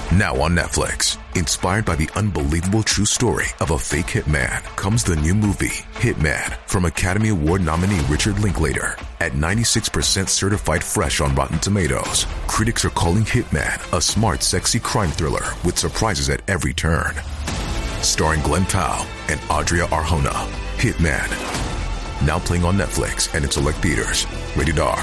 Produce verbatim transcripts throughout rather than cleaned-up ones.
Now on Netflix, inspired by the unbelievable true story of a fake hitman, comes the new movie, Hitman, from Academy Award nominee Richard Linklater. At ninety-six percent certified fresh on Rotten Tomatoes, critics are calling Hitman a smart, sexy crime thriller with surprises at every turn. Starring Glenn Powell and Adria Arjona, Hitman. Now playing on Netflix and in select theaters. Rated R.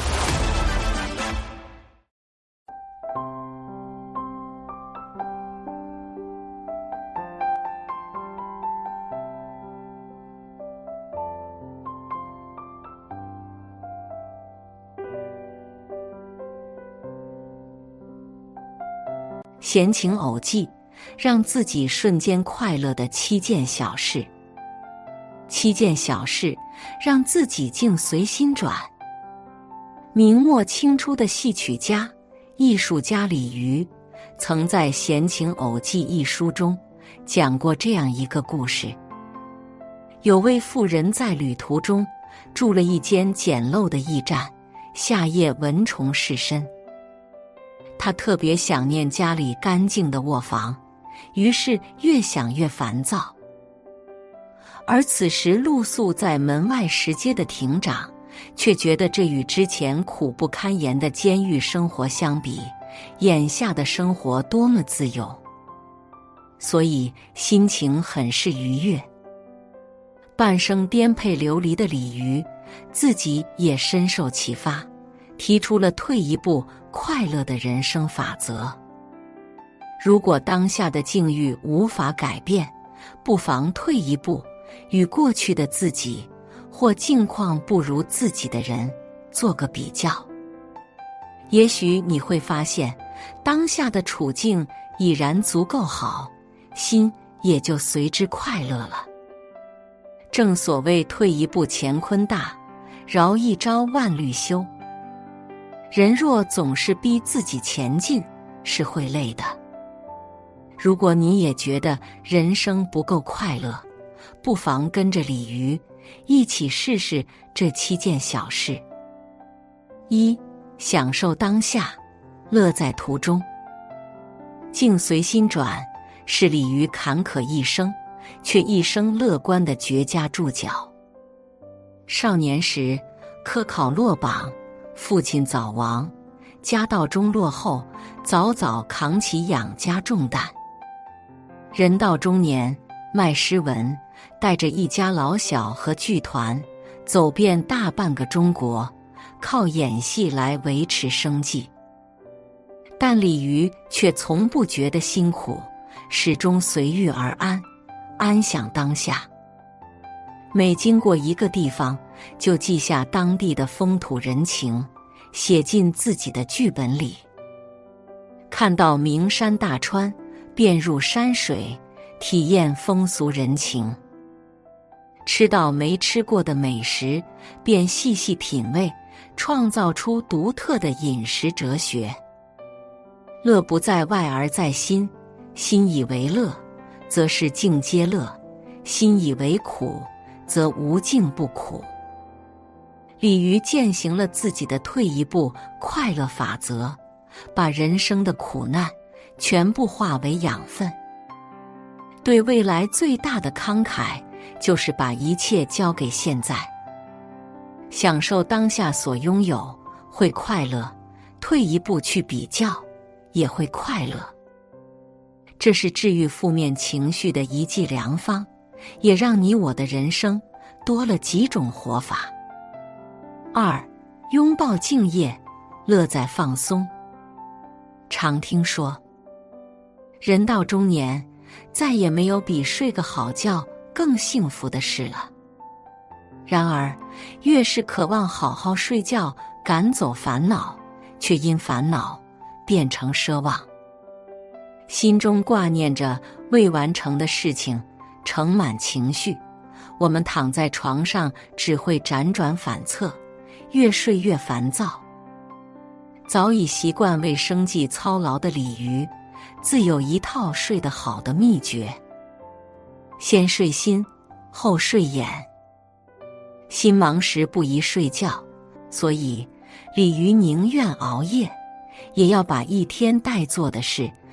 闲情偶记，让自己瞬间快乐的七件小事。七件小事，让自己境随心转。明末清初的戏曲家、艺术家李渔，曾在《闲情偶记》一书中讲过这样一个故事：有位妇人在旅途中住了一间简陋的驿站，夏夜蚊虫噬身。他特别想念家里干净的卧房，于是越想越烦躁。而此时露宿在门外石阶的亭长，却觉得这与之前苦不堪言的监狱生活相比，眼下的生活多么自由，所以心情很是愉悦。半生颠沛流离的李渔，自己也深受启发，提出了退一步快乐的人生法则。如果当下的境遇无法改变，不妨退一步，与过去的自己或境况不如自己的人做个比较。也许你会发现，当下的处境已然足够好，心也就随之快乐了。正所谓退一步乾坤大，饶一朝万虑休。人若总是逼自己前进，是会累的。如果你也觉得人生不够快乐，不妨跟着李渔一起试试这七件小事。一、享受当下，乐在途中。境随心转是李渔坎坷一生，却一生乐观的绝佳注脚。少年时科考落榜，父亲早亡，家道中落后，早早扛起养家重担。人到中年，卖诗文，带着一家老小和剧团，走遍大半个中国，靠演戏来维持生计。但李渔却从不觉得辛苦，始终随遇而安，安享当下。每经过一个地方，就记下当地的风土人情，写进自己的剧本里。看到名山大川，便入山水，体验风俗人情。吃到没吃过的美食，便细细品味，创造出独特的饮食哲学。乐不在外而在心，心以为乐，则是境皆乐；心以为苦，则无境不苦。李渔践行了自己的退一步快乐法则，把人生的苦难全部化为养分。对未来最大的慷慨，就是把一切交给现在。享受当下所拥有，会快乐；退一步去比较，也会快乐。这是治愈负面情绪的一剂良方，也让你我的人生多了几种活法。二、拥抱敬业，乐在放松。常听说，人到中年，再也没有比睡个好觉更幸福的事了。然而，越是渴望好好睡觉，赶走烦恼，却因烦恼变成奢望。心中挂念着未完成的事情，盛满情绪，我们躺在床上只会辗转反侧，越睡越烦躁。早已习惯为生计操劳的李渔，自有一套睡得好的秘诀：先睡心，后睡眼。心忙时不宜睡觉，所以李渔宁愿熬夜，也要把一天待做的事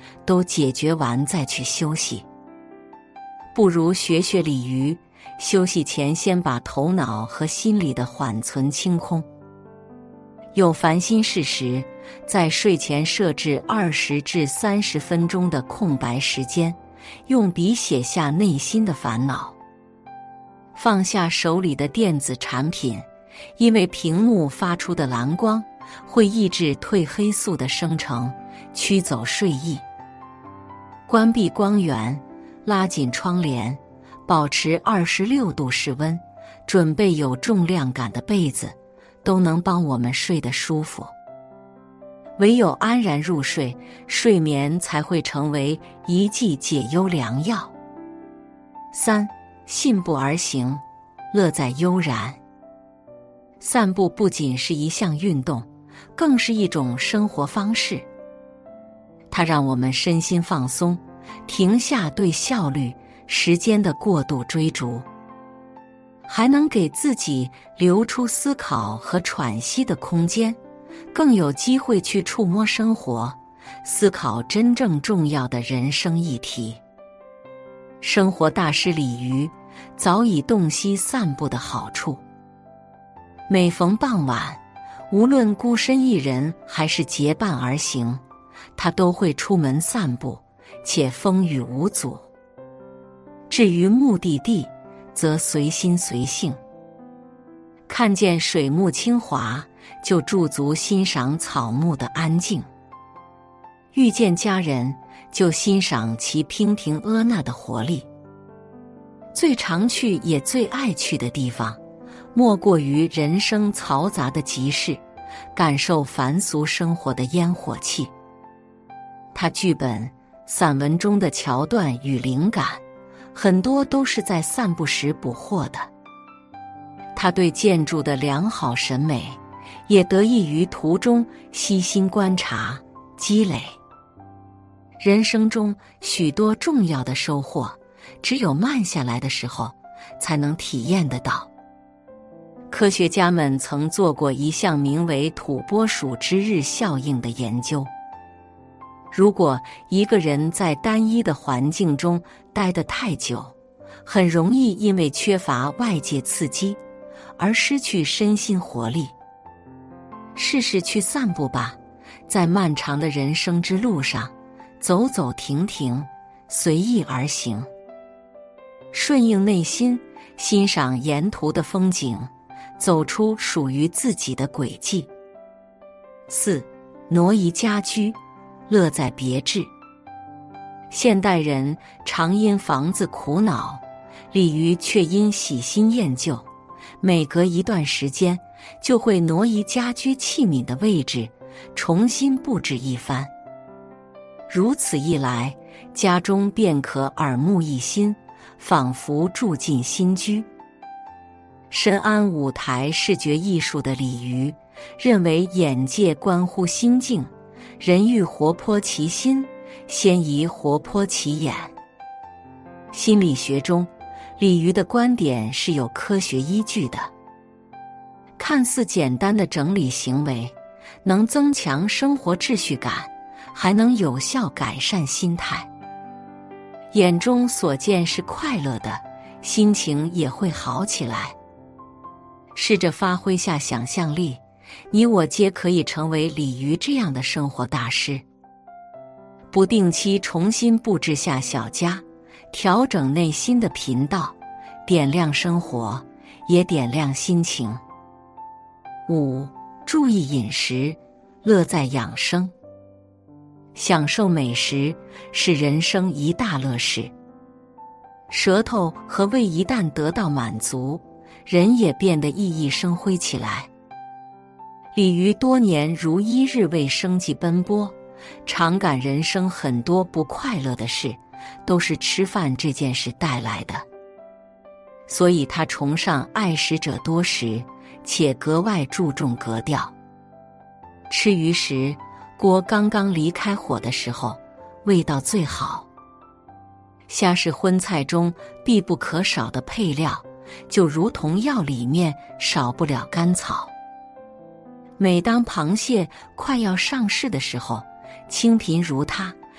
都解决完再去休息。不如学学鲤鱼，休息前先把头脑和心里的缓存清空。有烦心事时，在睡前设置二十至三十分钟的空白时间，用笔写下内心的烦恼。放下手里的电子产品，因为屏幕发出的蓝光会抑制褪黑素的生成，驱走睡意。关闭光源，拉紧窗帘，保持二十六度室温，准备有重量感的被子，都能帮我们睡得舒服。唯有安然入睡，睡眠才会成为一剂解忧良药。三，信步而行，乐在悠然。散步不仅是一项运动，更是一种生活方式。它让我们身心放松，停下对效率、时间的过度追逐，还能给自己留出思考和喘息的空间，更有机会去触摸生活，思考真正重要的人生议题。生活大师李渔早已洞悉散步的好处。每逢傍晚，无论孤身一人还是结伴而行，他都会出门散步，且风雨无阻。至于目的地，则随心随性。看见水木清华，就驻足欣赏草木的安静；遇见家人，就欣赏其娉婷婀娜的活力。最常去也最爱去的地方，莫过于人生嘈杂的集市，感受凡俗生活的烟火气。他剧本、散文中的桥段与灵感，很多都是在散步时捕获的。他对建筑的良好审美，也得益于途中悉心观察、积累。人生中许多重要的收获，只有慢下来的时候，才能体验得到。科学家们曾做过一项名为土拨鼠之日效应的研究。如果一个人在单一的环境中待得太久，很容易因为缺乏外界刺激而失去身心活力。试试去散步吧，在漫长的人生之路上，走走停停，随意而行，顺应内心，欣赏沿途的风景，走出属于自己的轨迹。四，挪移家居，乐在别致。现代人常因房子苦恼，鲤鱼却因喜新厌旧，每隔一段时间就会挪移家居器皿的位置，重新布置一番。如此一来，家中便可耳目一新，仿佛住进新居。深谙舞台视觉艺术的鲤鱼认为，眼界关乎心境，人欲活泼其心，先宜活泼其眼。心理学中，鲤鱼的观点是有科学依据的。看似简单的整理行为，能增强生活秩序感，还能有效改善心态。眼中所见是快乐的，心情也会好起来。试着发挥下想象力，你我皆可以成为鲤鱼这样的生活大师。不定期重新布置下小家，调整内心的频道，点亮生活，也点亮心情。五，注意饮食，乐在养生。享受美食是人生一大乐事。舌头和胃一旦得到满足，人也变得熠熠生辉起来。鲤鱼多年如一日为生计奔波，常感人生很多不快乐的事，都是吃饭这件事带来的。所以他崇尚爱食者多食，且格外注重格调。吃鱼时，锅刚刚离开火的时候，味道最好。虾是荤菜中必不可少的配料，就如同药里面少不了甘草。每当螃蟹快要上市的时候，清贫如它，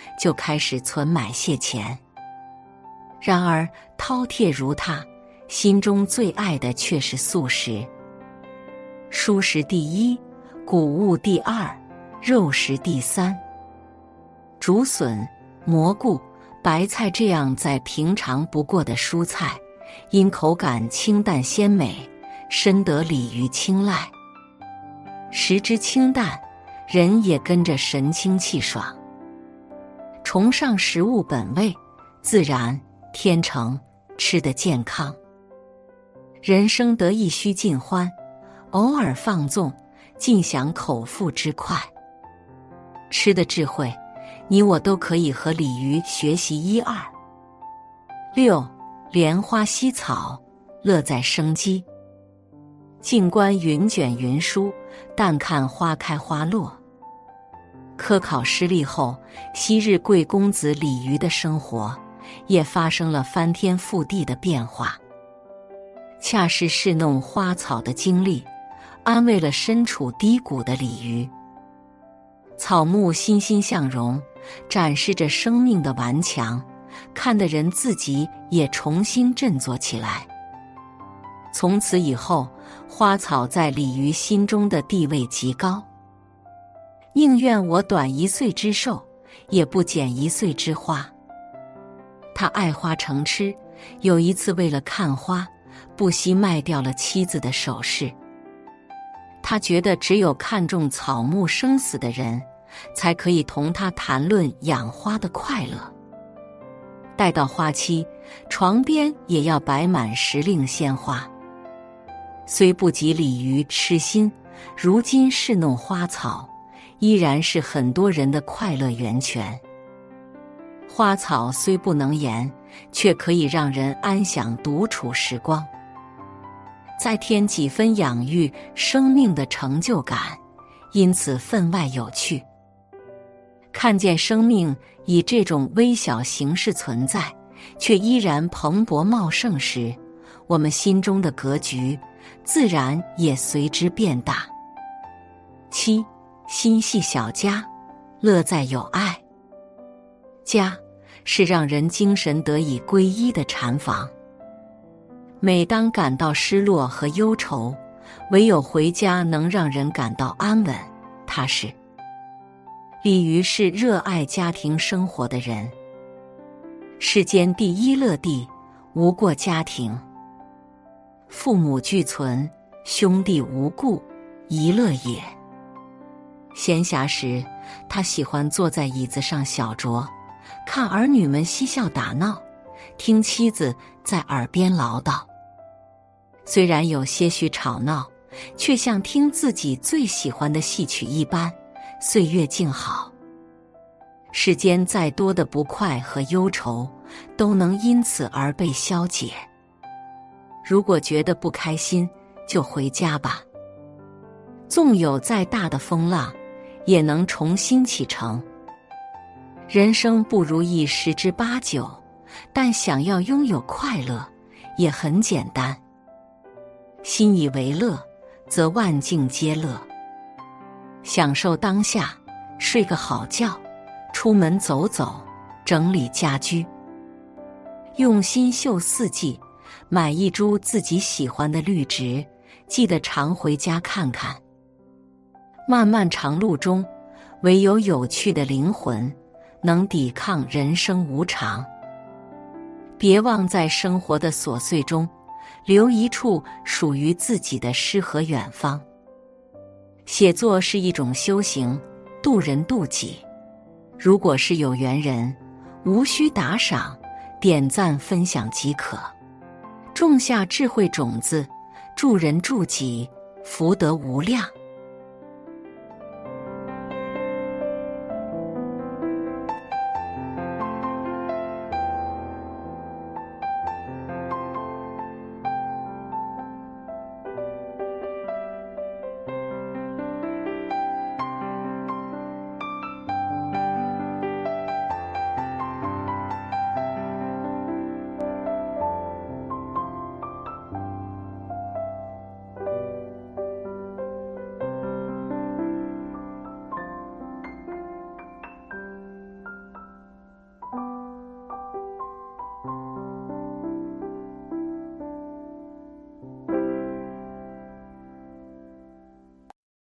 就开始存买谢钱。然而饕餮如他，心中最爱的却是素食。蔬食第一，谷物第二，肉食第三。竹笋、蘑菇、白菜这样再平常不过的蔬菜，因口感清淡鲜美，深得鲤鱼青睐。食之清淡，人也跟着神清气爽。崇尚食物本味、自然、天成，吃得健康。人生得意须尽欢，偶尔放纵，尽享口腹之快。吃的智慧，你我都可以和鲤鱼学习一二。六，莲花吸草，乐在生机。静观云卷云舒，淡看花开花落。科考失利后，昔日贵公子鲤鱼的生活也发生了翻天覆地的变化。恰是侍弄花草的经历，安慰了身处低谷的鲤鱼。草木欣欣向荣，展示着生命的顽强，看得人自己也重新振作起来。从此以后，花草在鲤鱼心中的地位极高。宁愿我短一岁之寿，也不剪一岁之花。他爱花成痴，有一次为了看花，不惜卖掉了妻子的首饰。他觉得只有看重草木生死的人，才可以同他谈论养花的快乐。待到花期，床边也要摆满时令鲜花。虽不及鲤鱼痴心，如今侍弄花草，依然是很多人的快乐源泉。花草虽不能言，却可以让人安享独处时光，再添几分养育生命的成就感，因此分外有趣。看见生命以这种微小形式存在，却依然蓬勃茂盛时，我们心中的格局自然也随之变大。七，心系小家，乐在有爱。家是让人精神得以归一的禅房。每当感到失落和忧愁，唯有回家能让人感到安稳、踏实。鲤鱼是热爱家庭生活的人。世间第一乐地，无过家庭。父母俱存，兄弟无故，一乐也。闲暇时，他喜欢坐在椅子上小酌，看儿女们嬉笑打闹，听妻子在耳边唠叨。虽然有些许吵闹，却像听自己最喜欢的戏曲一般，岁月静好。世间再多的不快和忧愁，都能因此而被消解。如果觉得不开心，就回家吧。纵有再大的风浪，也能重新启程。人生不如意十之八九，但想要拥有快乐，也很简单。心以为乐，则万境皆乐。享受当下，睡个好觉，出门走走，整理家居。用心绣四季，买一株自己喜欢的绿植，记得常回家看看。漫漫长路中，唯有有趣的灵魂，能抵抗人生无常。别忘在生活的琐碎中，留一处属于自己的诗和远方。写作是一种修行，渡人渡己。如果是有缘人，无需打赏，点赞分享即可。种下智慧种子，助人助己，福德无量。